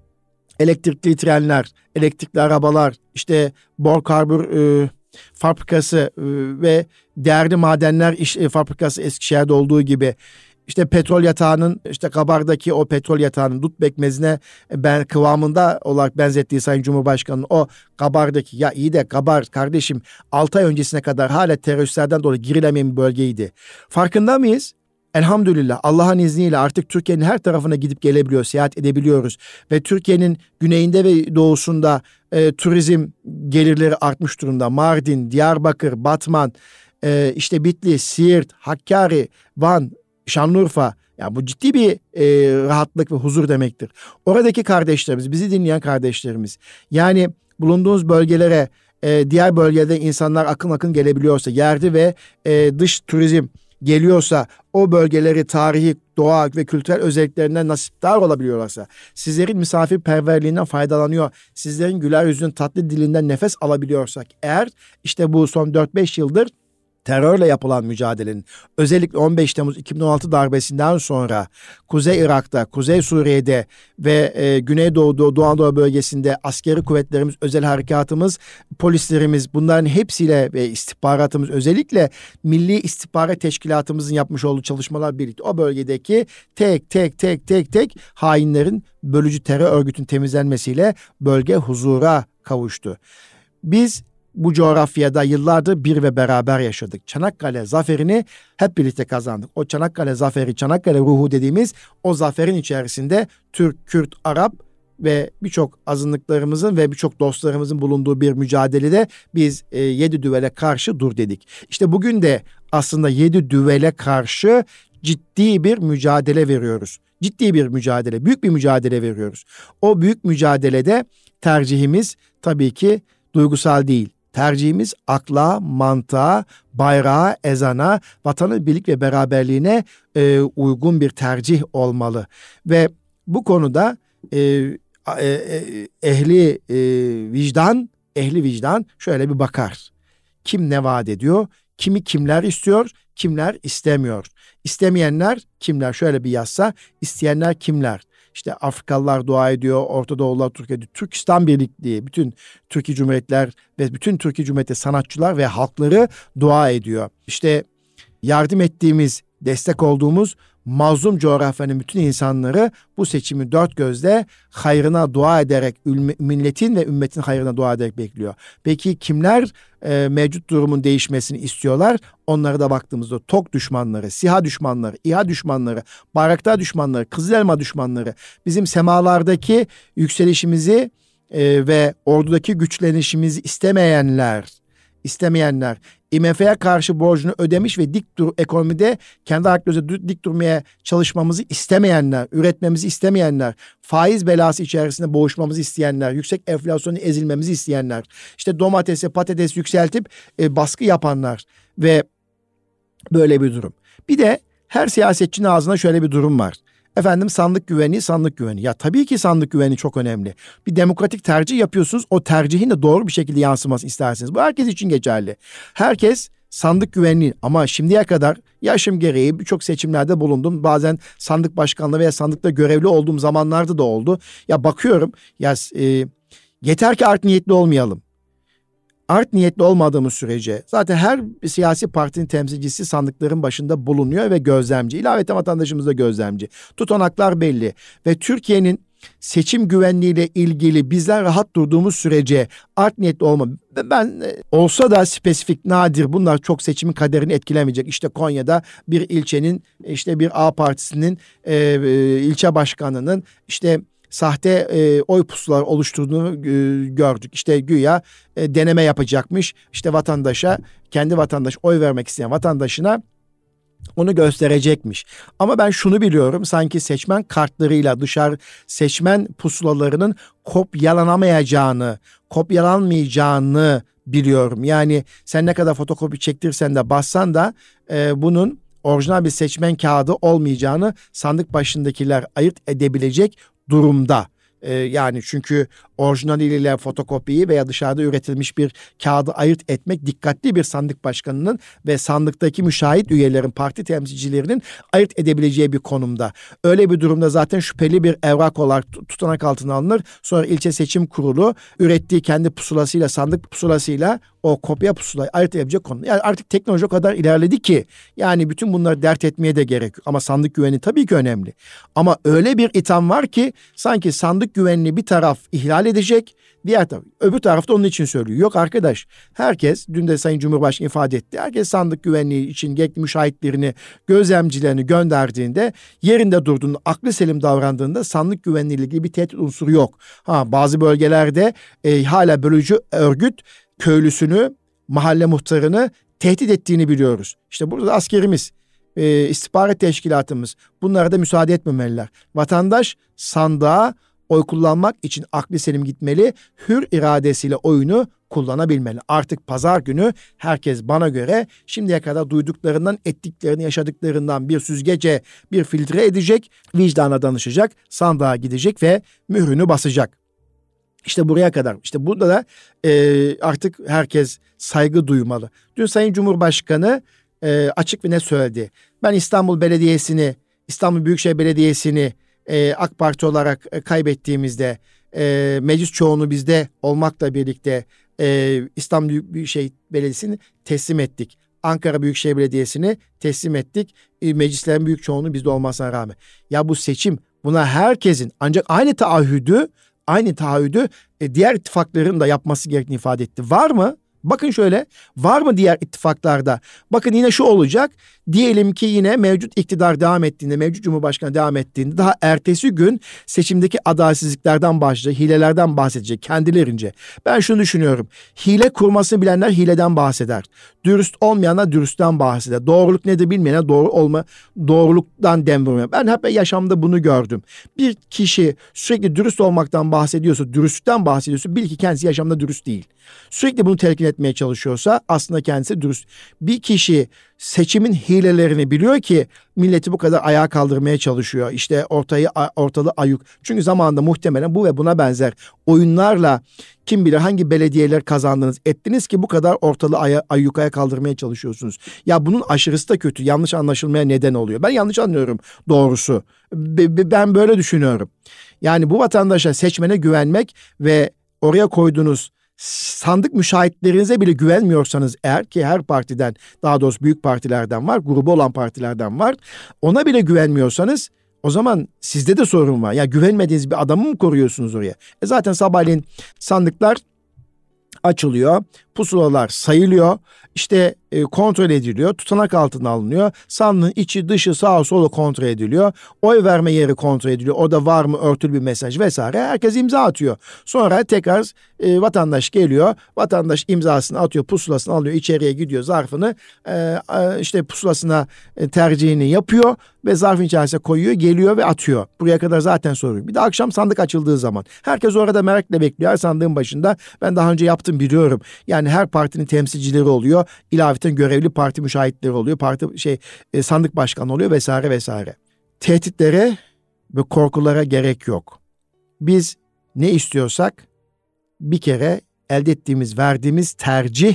elektrikli trenler, elektrikli arabalar, işte bor karbür e, fabrikası e, ve değerli madenler iş, e, fabrikası Eskişehir'de olduğu gibi işte petrol yatağının işte Kabar'daki o petrol yatağının dut pekmezine ben kıvamında olarak benzettiği Sayın Cumhurbaşkanı'nın o Kabar'daki ya iyi de Kabar kardeşim altı ay öncesine kadar hala teröristlerden dolayı girilemeyen bir bölgeydi. Farkında mıyız? Elhamdülillah Allah'ın izniyle artık Türkiye'nin her tarafına gidip gelebiliyoruz, seyahat edebiliyoruz. Ve Türkiye'nin güneyinde ve doğusunda e, turizm gelirleri artmış durumda. Mardin, Diyarbakır, Batman, e, işte Bitlis, Siirt, Hakkari, Van, Şanlıurfa. Yani bu ciddi bir e, rahatlık ve huzur demektir. Oradaki kardeşlerimiz, bizi dinleyen kardeşlerimiz, yani bulunduğunuz bölgelere, e, diğer bölgede insanlar akın akın gelebiliyorsa, yerli ve e, dış turizm geliyorsa, o bölgeleri tarihi, doğa ve kültürel özelliklerinden nasipdar olabiliyorlarsa, sizlerin misafirperverliğinden faydalanıyor, sizlerin güler yüzünün tatlı dilinden nefes alabiliyorsak, eğer işte bu son dört beş yıldır terörle yapılan mücadelenin, özellikle on beş Temmuz iki bin on altı darbesinden sonra Kuzey Irak'ta, Kuzey Suriye'de ve e, Güneydoğu, Doğu Anadolu bölgesinde askeri kuvvetlerimiz, özel harekatımız, polislerimiz, bunların hepsiyle ve istihbaratımız, özellikle Milli İstihbarat Teşkilatımızın yapmış olduğu çalışmalar birlikte o bölgedeki tek tek tek tek tek hainlerin, bölücü terör örgütün temizlenmesiyle bölge huzura kavuştu. Biz bu coğrafyada yıllardır bir ve beraber yaşadık. Çanakkale zaferini hep birlikte kazandık. O Çanakkale zaferi, Çanakkale ruhu dediğimiz o zaferin içerisinde Türk, Kürt, Arap ve birçok azınlıklarımızın ve birçok dostlarımızın bulunduğu bir mücadelede biz e, yedi düvele karşı dur dedik. İşte bugün de aslında yedi düvele karşı ciddi bir mücadele veriyoruz. Ciddi bir mücadele, büyük bir mücadele veriyoruz. O büyük mücadelede tercihimiz tabii ki duygusal değil. Tercihimiz akla, mantığa, bayrağa, ezana, vatanın birlik ve beraberliğine e, uygun bir tercih olmalı. Ve bu konuda e, e, ehli e, vicdan, ehli vicdan şöyle bir bakar. Kim ne vaat ediyor? Kimi kimler istiyor? Kimler istemiyor? İstemeyenler kimler? Şöyle bir yazsa, isteyenler kimler? İşte Afrikalılar dua ediyor, Orta Doğulular Türkiye, Türkistan Birliği, bütün Türkiye Cumhuriyetler ve bütün Türkiye Cumhuriyeti sanatçılar ve halkları dua ediyor. İşte yardım ettiğimiz, destek olduğumuz mazlum coğrafyanın bütün insanları bu seçimi dört gözle hayrına dua ederek, milletin ve ümmetin hayrına dua ederek bekliyor. Peki kimler e, mevcut durumun değişmesini istiyorlar? Onlara da baktığımızda TOK düşmanları, SİHA düşmanları, İHA düşmanları, Bayraktar düşmanları, Kızıl Elma düşmanları, bizim semalardaki yükselişimizi e, ve ordudaki güçlenişimizi istemeyenler, istemeyenler, I M F'ye karşı borcunu ödemiş ve dik dur ekonomide kendi ayaklarımıza dik durmaya çalışmamızı istemeyenler, üretmemizi istemeyenler, faiz belası içerisinde boğuşmamızı isteyenler, yüksek enflasyonu ezilmemizi isteyenler, işte domatesi, patates yükseltip e, baskı yapanlar ve böyle bir durum. Bir de her siyasetçinin ağzına şöyle bir durum var. Efendim sandık güveni, sandık güveni. Ya tabii ki sandık güveni çok önemli. Bir demokratik tercih yapıyorsunuz. O tercihin de doğru bir şekilde yansımasını istersiniz. Bu herkes için geçerli. Herkes sandık güvenli ama şimdiye kadar yaşım gereği birçok seçimlerde bulundum. Bazen sandık başkanlığı veya sandıkta görevli olduğum zamanlarda da oldu. Ya bakıyorum ya e, yeter ki art niyetli olmayalım. Art niyetli olmadığımız sürece zaten her siyasi partinin temsilcisi sandıkların başında bulunuyor ve gözlemci. İlaveten vatandaşımız da gözlemci. Tutanaklar belli ve Türkiye'nin seçim güvenliğiyle ilgili bizler rahat durduğumuz sürece art niyetli olma. Ben olsa da spesifik, nadir, bunlar çok seçimin kaderini etkilemeyecek. İşte Konya'da bir ilçenin, işte bir A partisinin e, e, ilçe başkanının işte sahte e, oy pusuları oluşturduğunu e, gördük. İşte güya e, deneme yapacakmış. İşte vatandaşa, kendi vatandaş oy vermek isteyen vatandaşına onu gösterecekmiş. Ama ben şunu biliyorum, sanki seçmen kartlarıyla dışarı seçmen pusulalarının kopyalanamayacağını, kopyalanmayacağını biliyorum. Yani sen ne kadar fotokopi çektirsen de bassan da e, bunun orijinal bir seçmen kağıdı olmayacağını sandık başındakiler ayırt edebilecek durumda. Ee, yani çünkü orijinaliyle fotokopiyi veya dışarıda üretilmiş bir kağıdı ayırt etmek dikkatli bir sandık başkanının ve sandıktaki müşahit üyelerin, parti temsilcilerinin ayırt edebileceği bir konumda. Öyle bir durumda zaten şüpheli bir evrak olarak tutanak altına alınır. Sonra ilçe seçim kurulu ürettiği kendi pusulasıyla, sandık pusulasıyla o kopya pusulayı ayırt edebilecek konu. Yani artık teknoloji o kadar ilerledi ki yani bütün bunları dert etmeye de gerek yok. Ama sandık güveni tabii ki önemli. Ama öyle bir itham var ki sanki sandık güvenini bir taraf ihlal edecek, diğer taraf, öbür tarafta onun için söylüyor. Yok arkadaş, herkes, dün de Sayın Cumhurbaşkanı ifade etti, herkes sandık güvenliği için gerekli müşahitlerini, gözlemcilerini gönderdiğinde, yerinde durduğunda, aklı selim davrandığında sandık güvenliği ile ilgili bir tehdit unsuru yok. Ha, bazı bölgelerde e, hala bölücü örgüt köylüsünü, mahalle muhtarını tehdit ettiğini biliyoruz. İşte burada da askerimiz, e, istihbarat teşkilatımız bunlara da müsaade etmemeliler. Vatandaş sandığa oy kullanmak için aklı selim gitmeli, hür iradesiyle oyunu kullanabilmeli. Artık pazar günü herkes bana göre şimdiye kadar duyduklarından, ettiklerini, yaşadıklarından bir süzgece, bir filtre edecek, vicdana danışacak, sandığa gidecek ve mührünü basacak. İşte buraya kadar. İşte burada da e, artık herkes saygı duymalı. Dün Sayın Cumhurbaşkanı e, açık ve net söyledi. Ben İstanbul Belediyesi'ni, İstanbul Büyükşehir Belediyesi'ni e, AK Parti olarak e, kaybettiğimizde, e, meclis çoğunluğu bizde olmakla birlikte e, İstanbul Büyükşehir Belediyesi'ni teslim ettik. Ankara Büyükşehir Belediyesi'ni teslim ettik. E, meclislerin büyük çoğunluğu bizde olmasına rağmen. Ya bu seçim, buna herkesin ancak aynı taahhüdü Aynı taahhüdü e, diğer ittifakların da yapması gerektiğini ifade etti. Var mı? Bakın şöyle, var mı diğer ittifaklarda? Bakın yine şu olacak. Diyelim ki yine mevcut iktidar devam ettiğinde, mevcut Cumhurbaşkanı devam ettiğinde daha ertesi gün seçimdeki adaletsizliklerden bahsedecek, hilelerden bahsedecek kendilerince. Ben şunu düşünüyorum. Hile kurmasını bilenler hileden bahseder. Dürüst olmayanlar dürüstten bahseder. Doğruluk nedir bilmeyene doğru olma, doğruluktan dem vurmuyor. Ben hep yaşamda bunu gördüm. Bir kişi sürekli dürüst olmaktan bahsediyorsa, dürüstlükten bahsediyorsa bil ki kendisi yaşamda dürüst değil. Sürekli bunu telkin etmeye çalışıyorsa aslında kendisi dürüst. Bir kişi seçimin hilelerini biliyor ki milleti bu kadar ayağa kaldırmaya çalışıyor. İşte ortayı ortalığı ayuk. Çünkü zamanında muhtemelen bu ve buna benzer oyunlarla kim bilir hangi belediyeler kazandınız ettiniz ki bu kadar ortalığı aya, ayyukaya kaldırmaya çalışıyorsunuz. Ya bunun aşırısı da kötü. Yanlış anlaşılmaya neden oluyor. Ben yanlış anlıyorum doğrusu. Ben böyle düşünüyorum. Yani bu vatandaşa, seçmene güvenmek ve oraya koyduğunuz sandık müşahitlerinize bile güvenmiyorsanız eğer, ki her partiden, daha doğrusu büyük partilerden var, grubu olan partilerden var, ona bile güvenmiyorsanız o zaman sizde de sorun var. Ya güvenmediğiniz bir adamı mı koruyorsunuz oraya? E zaten sabahleyin sandıklar açılıyor, pusulalar sayılıyor, işte e, kontrol ediliyor, tutanak altına alınıyor, sandığın içi dışı sağa sola kontrol ediliyor, oy verme yeri kontrol ediliyor, orada var mı örtülü bir mesaj vesaire, herkes imza atıyor. Sonra tekrar e, vatandaş geliyor, vatandaş imzasını atıyor, pusulasını alıyor, içeriye gidiyor, zarfını e, e, işte pusulasına e, tercihini yapıyor ve zarfın içerisine koyuyor, geliyor ve atıyor. Buraya kadar zaten soruyor. Bir de akşam sandık açıldığı zaman herkes orada merakla bekliyor, her sandığın başında. Ben daha önce yaptım, biliyorum. Yani her partinin temsilcileri oluyor, ilaveten görevli parti müşahitleri oluyor, parti şey e, sandık başkanı oluyor vesaire vesaire. Tehditlere ve korkulara gerek yok. Biz ne istiyorsak bir kere elde ettiğimiz, verdiğimiz tercih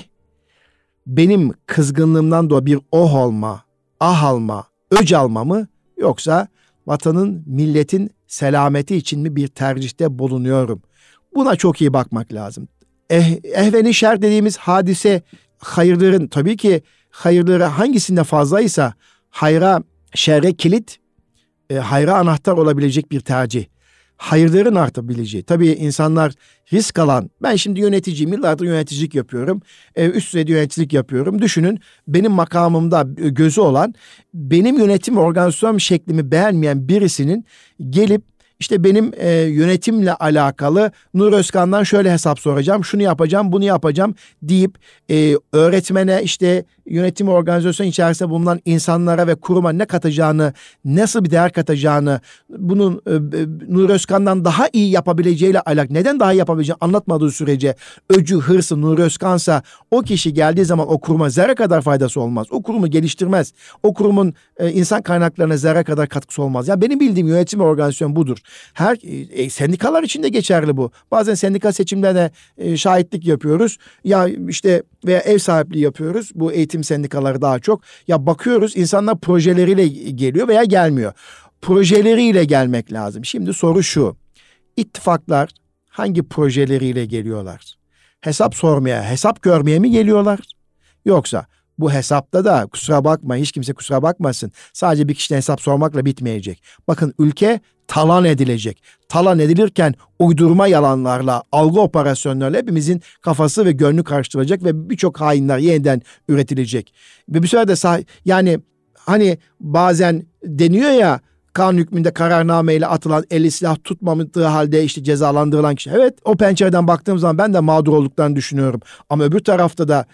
benim kızgınlığımdan dolayı bir oh olma, ah alma, öc alma mı, yoksa vatanın, milletin selameti için mi bir tercihte bulunuyorum? Buna çok iyi bakmak lazım. Eh, ehveni şer dediğimiz hadise, hayırların tabii ki hayırları hangisinde fazlaysa hayra, şerre kilit, e, hayra anahtar olabilecek bir tercih. Hayırların artabileceği. Tabii insanlar risk alan, ben şimdi yöneticiyim, yıllardır yöneticilik yapıyorum, e, üst düzey yöneticilik yapıyorum. Düşünün, benim makamımda gözü olan, benim yönetim organizasyon şeklimi beğenmeyen birisinin gelip İşte benim e, yönetimle alakalı Nur Özkan'dan şöyle hesap soracağım, şunu yapacağım, bunu yapacağım deyip e, öğretmene, işte yönetim organizasyon içerisinde bulunan insanlara ve kuruma ne katacağını, nasıl bir değer katacağını, bunun e, Nur Özkan'dan daha iyi yapabileceğiyle alakalı, neden daha iyi yapabileceğini anlatmadığı sürece, öcü, hırsı Nur Özkan'sa o kişi geldiği zaman o kuruma zerre kadar faydası olmaz. O kurumu geliştirmez. O kurumun e, insan kaynaklarına zerre kadar katkısı olmaz. Ya benim bildiğim yönetim organizasyon budur. Her e, sendikalar için de geçerli bu. Bazen sendika seçimlerine e, şahitlik yapıyoruz. Ya işte veya ev sahipliği yapıyoruz. Bu eğitim sendikaları daha çok. Ya bakıyoruz, insanlar projeleriyle geliyor veya gelmiyor. Projeleriyle gelmek lazım. Şimdi soru şu: İttifaklar hangi projeleriyle geliyorlar? Hesap sormaya, hesap görmeye mi geliyorlar? Yoksa bu hesapta da, kusura bakma, hiç kimse kusura bakmasın, sadece bir kişiden hesap sormakla bitmeyecek. Bakın, ülke talan edilecek. Talan edilirken uydurma yalanlarla, algı operasyonlarla hepimizin kafası ve gönlü karıştırılacak ve birçok hainler yeniden üretilecek. Ve bir süre de sah- yani hani bazen deniyor ya, kanun hükmünde kararnameyle atılan, eli silah tutmadığı halde işte cezalandırılan kişi. Evet, o pencereden baktığım zaman ben de mağdur olduklarını düşünüyorum. Ama öbür tarafta da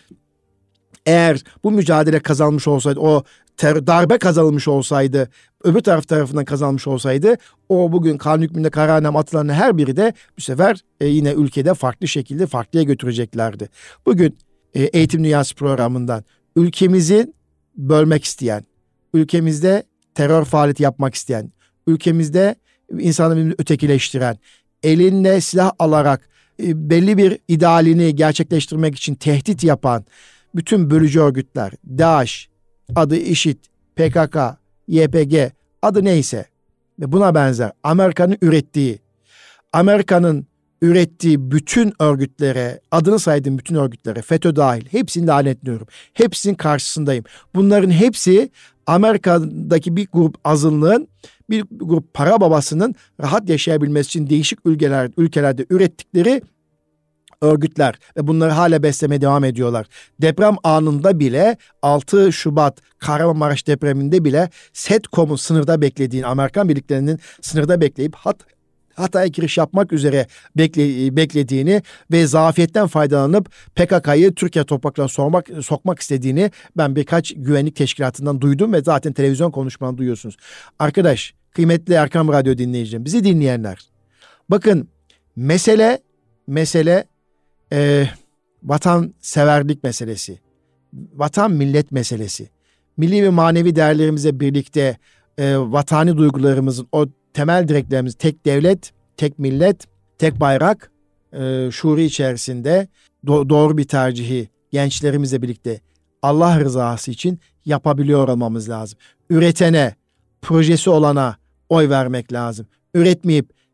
eğer bu mücadele kazanmış olsaydı, o ter- darbe kazanılmış olsaydı, öbür taraf tarafından kazanmış olsaydı, o bugün kanun hükmünde kararname atılan her biri de bu sefer e, yine ülkede farklı şekilde farklıya götüreceklerdi. Bugün e, Eğitim Dünyası programından ülkemizi bölmek isteyen, ülkemizde terör faaliyeti yapmak isteyen, ülkemizde insanları ötekileştiren, elinde silah alarak e, belli bir idealini gerçekleştirmek için tehdit yapan bütün bölücü örgütler, DAEŞ, adı IŞİD, P K K, Y P G, adı neyse ve buna benzer Amerika'nın ürettiği, Amerika'nın ürettiği bütün örgütlere, adını saydığım bütün örgütlere, FETÖ dahil, hepsini lanetliyorum. Hepsinin karşısındayım. Bunların hepsi Amerika'daki bir grup azınlığın, bir grup para babasının rahat yaşayabilmesi için değişik ülkeler, ülkelerde ürettikleri örgütler ve bunları hala beslemeye devam ediyorlar. Deprem anında bile, altı Şubat Kahramanmaraş depreminde bile SETCOM'un sınırda beklediğini, Amerikan birliklerinin sınırda bekleyip hat Hatay'a giriş yapmak üzere bekle, beklediğini ve zafiyetten faydalanıp P K K'yı Türkiye topraklarına sokmak, sokmak istediğini ben birkaç güvenlik teşkilatından duydum ve zaten televizyon konuşmalarını duyuyorsunuz. Arkadaş, kıymetli Erkam Radyo dinleyicilerim, bizi dinleyenler, bakın, mesele mesele e, vatanseverlik meselesi, vatan millet meselesi, milli ve manevi değerlerimizle birlikte e, vatani duygularımızın, o temel direklerimiz, tek devlet, tek millet, tek bayrak e, şuuru içerisinde do- doğru bir tercihi gençlerimizle birlikte Allah rızası için yapabiliyor olmamız lazım. Üretene, projesi olana oy vermek lazım. Üretmeyip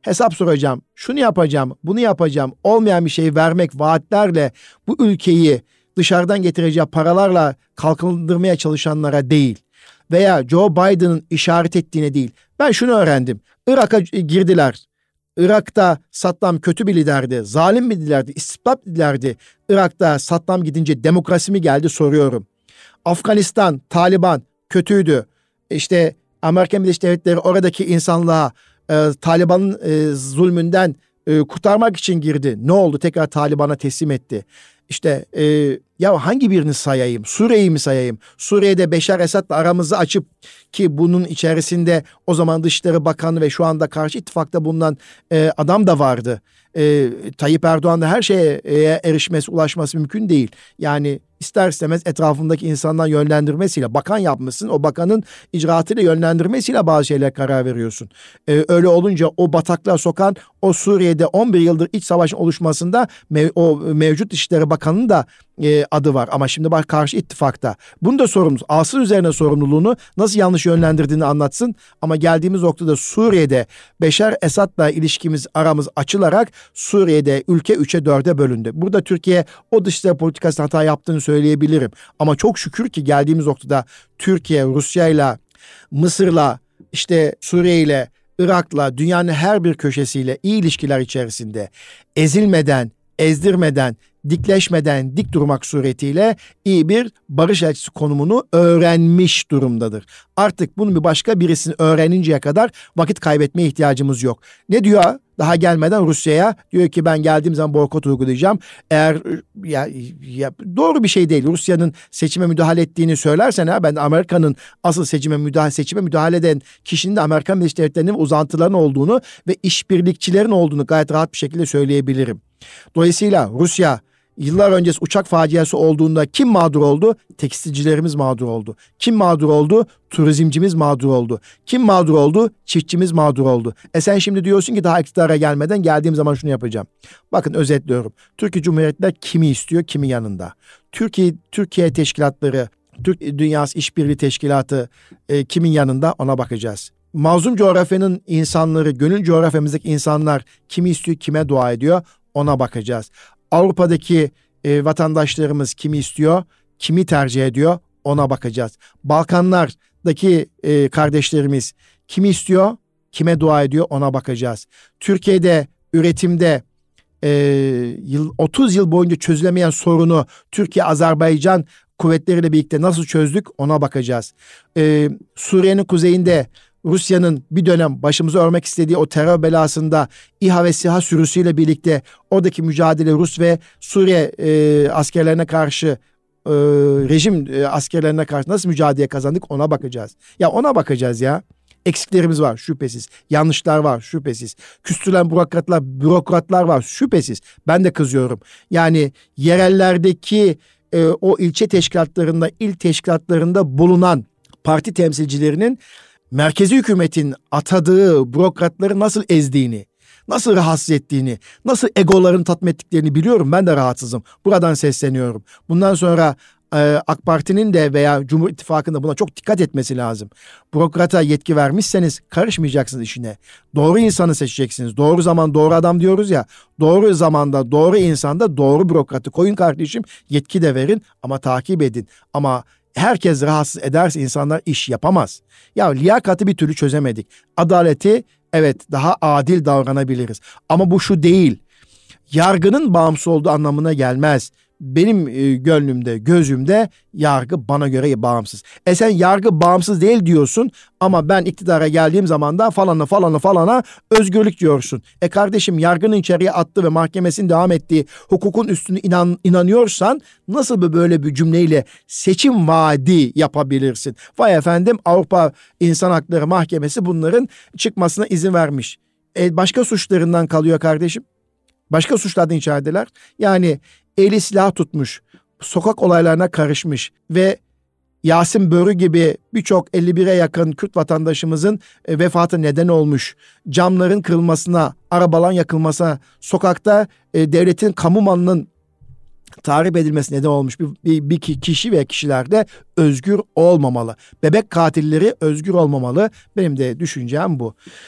hesap soracağım, şunu yapacağım, bunu yapacağım, olmayan bir şeyi vermek vaatlerle bu ülkeyi dışarıdan getireceği paralarla kalkındırmaya çalışanlara değil veya Joe Biden'ın işaret ettiğine değil. Ben şunu öğrendim. Irak'a girdiler. Irak'ta Saddam kötü bir liderdi, zalim bir liderdi, istibdat liderdi. Irak'ta Saddam gidince demokrasi mi geldi soruyorum. Afganistan, Taliban kötüydü. İşte Amerika Birleşik Devletleri oradaki insanlığa e, Taliban'ın e, zulmünden e, kurtarmak için girdi. Ne oldu? Tekrar Taliban'a teslim etti. İşte e, ya hangi birini sayayım? Suriye'yi mi sayayım? Suriye'de Beşar Esad'la aramızı açıp ki bunun içerisinde o zaman Dışişleri Bakanı ve şu anda karşı ittifakta bulunan e, adam da vardı. E, Tayyip Erdoğan'da her şeye e, erişmesi, ulaşması mümkün değil. Yani ister istemez etrafındaki insandan yönlendirmesiyle, bakan yapmışsın, o bakanın icraatıyla yönlendirmesiyle bazı şeyler karar veriyorsun. Ee, öyle olunca o bataklığa sokan, o Suriye'de on bir yıldır iç savaşın oluşmasında mev- o mevcut Dışişleri Bakanı'nın da e, adı var. Ama şimdi bak karşı ittifakta. Bunu da sorumlusu, asıl üzerine sorumluluğunu nasıl yanlış yönlendirdiğini anlatsın. Ama geldiğimiz noktada Suriye'de Beşar Esad'la ilişkimiz, aramız açılarak Suriye'de ülke üçe dörde bölündü. Burada Türkiye o dışişleri politikasında hata yaptığını söyleyebilirim. Ama çok şükür ki geldiğimiz noktada Türkiye, Rusya'yla, Mısır'la, işte Suriye'yle, Irak'la, dünyanın her bir köşesiyle iyi ilişkiler içerisinde ezilmeden, ezdirmeden, dikleşmeden dik durmak suretiyle iyi bir barış elçisi konumunu öğrenmiş durumdadır. Artık bunu bir başka birisini öğreninceye kadar vakit kaybetmeye ihtiyacımız yok. Ne diyor? Daha gelmeden Rusya'ya diyor ki ben geldiğim zaman boykot uygulayacağım. Eğer ya, ya doğru bir şey değil. Rusya'nın seçime müdahale ettiğini söylersen ha ben Amerika'nın asıl seçime müdahale seçime müdahale eden kişinin de Amerikan Birleşik Devletleri'nin uzantıların olduğunu ve işbirlikçilerin olduğunu gayet rahat bir şekilde söyleyebilirim. Dolayısıyla Rusya yıllar öncesi uçak faciası olduğunda kim mağdur oldu? Tekstilcilerimiz mağdur oldu. Kim mağdur oldu? Turizmcimiz mağdur oldu. Kim mağdur oldu? Çiftçimiz mağdur oldu. E sen şimdi diyorsun ki daha iktidara gelmeden geldiğim zaman şunu yapacağım. Bakın özetliyorum. Türkiye Cumhuriyetler kimi istiyor, kimi yanında. Türkiye Türkiye teşkilatları, Türk Dünyası İşbirliği Teşkilatı e, kimin yanında ona bakacağız. Mazlum coğrafyanın insanları, gönül coğrafyamızdaki insanlar kimi istiyor, kime dua ediyor ona bakacağız. Avrupa'daki e, vatandaşlarımız kimi istiyor, kimi tercih ediyor ona bakacağız. Balkanlardaki e, kardeşlerimiz kimi istiyor, kime dua ediyor ona bakacağız. Türkiye'de üretimde e, yıl, otuz yıl boyunca çözülemeyen sorunu Türkiye-Azerbaycan kuvvetleriyle birlikte nasıl çözdük ona bakacağız. E, Suriye'nin kuzeyinde Rusya'nın bir dönem başımızı örmek istediği o terör belasında İHA ve SİHA sürüsüyle birlikte oradaki mücadele Rus ve Suriye e, askerlerine karşı e, rejim e, askerlerine karşı nasıl mücadele kazandık ona bakacağız. Ya ona bakacağız ya. Eksiklerimiz var şüphesiz. Yanlışlar var şüphesiz. Küstülen bürokratlar, bürokratlar var şüphesiz. Ben de kızıyorum. Yani yerellerdeki e, o ilçe teşkilatlarında, il teşkilatlarında bulunan parti temsilcilerinin merkezi hükümetin atadığı bürokratları nasıl ezdiğini, nasıl rahatsız ettiğini, nasıl egolarını tatmin ettiklerini biliyorum. Ben de rahatsızım. Buradan sesleniyorum. Bundan sonra e, AK Parti'nin de veya Cumhur İttifakı'nda buna çok dikkat etmesi lazım. Bürokrata yetki vermişseniz karışmayacaksınız işine. Doğru insanı seçeceksiniz. Doğru zaman doğru adam diyoruz ya. Doğru zamanda doğru insanda doğru bürokratı koyun kardeşim. Yetki de verin ama takip edin. Ama herkes rahatsız ederse insanlar iş yapamaz. Ya liyakatı bir türlü çözemedik. Adaleti evet daha adil davranabiliriz. Ama bu şu değil. Yargının bağımsız olduğu anlamına gelmez. Benim e, gönlümde, gözümde yargı bana göre bağımsız. E sen yargı bağımsız değil diyorsun ama ben iktidara geldiğim zaman da falana falana falana özgürlük diyorsun. E kardeşim yargının içeriye attığı ve mahkemesinin devam ettiği hukukun üstüne inan, inanıyorsan nasıl böyle bir cümleyle seçim vaadi yapabilirsin? Vay efendim Avrupa İnsan Hakları Mahkemesi bunların çıkmasına izin vermiş. E başka suçlarından kalıyor kardeşim. Başka suçlardan içerideler. Yani eli silah tutmuş, sokak olaylarına karışmış ve Yasin Börü gibi birçok elli bire yakın Kürt vatandaşımızın e, vefatı neden olmuş, camların kırılmasına, arabaların yakılmasına, sokakta e, devletin kamu malının tahrip edilmesi neden olmuş bir, bir, bir kişi ve kişiler de özgür olmamalı. Bebek katilleri özgür olmamalı. Benim de düşüncem bu.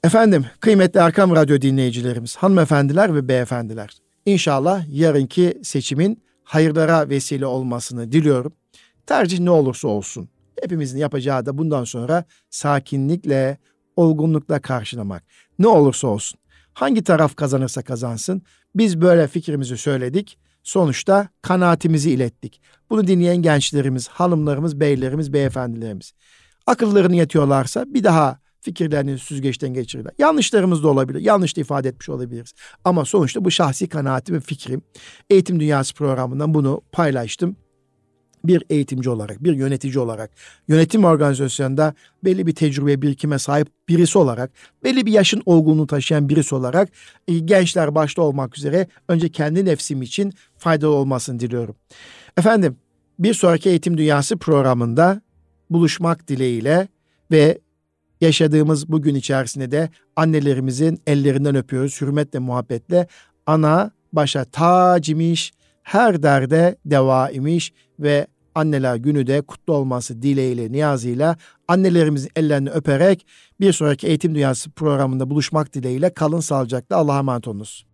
Efendim, kıymetli Erkam Radyo dinleyicilerimiz, hanımefendiler ve beyefendiler. İnşallah yarınki seçimin hayırlara vesile olmasını diliyorum. Tercih ne olursa olsun. Hepimizin yapacağı da bundan sonra sakinlikle, olgunlukla karşılamak. Ne olursa olsun. Hangi taraf kazanırsa kazansın. Biz böyle fikrimizi söyledik. Sonuçta kanaatimizi ilettik. Bunu dinleyen gençlerimiz, hanımlarımız, beylerimiz, beyefendilerimiz. Akıllarını yetiyorlarsa bir daha fikirlerini süzgeçten geçirirler. Yanlışlarımız da olabilir. Yanlış da ifade etmiş olabiliriz. Ama sonuçta bu şahsi kanaatim ve fikrim. Eğitim Dünyası programından bunu paylaştım. Bir eğitimci olarak, bir yönetici olarak, yönetim organizasyonunda belli bir tecrübe, birikime sahip birisi olarak, belli bir yaşın olgunluğunu taşıyan birisi olarak e, gençler başta olmak üzere önce kendi nefsim için faydalı olmasını diliyorum. Efendim, bir sonraki Eğitim Dünyası programında buluşmak dileğiyle ve yaşadığımız bugün içerisinde de annelerimizin ellerinden öpüyoruz, hürmetle, muhabbetle. Ana başa tac imiş, her derde deva imiş ve Anneler Günü de kutlu olması dileğiyle, niyazıyla annelerimizin ellerini öperek bir sonraki Eğitim Dünyası programında buluşmak dileğiyle kalın sağlıcakla, Allah'a emanet olunuz.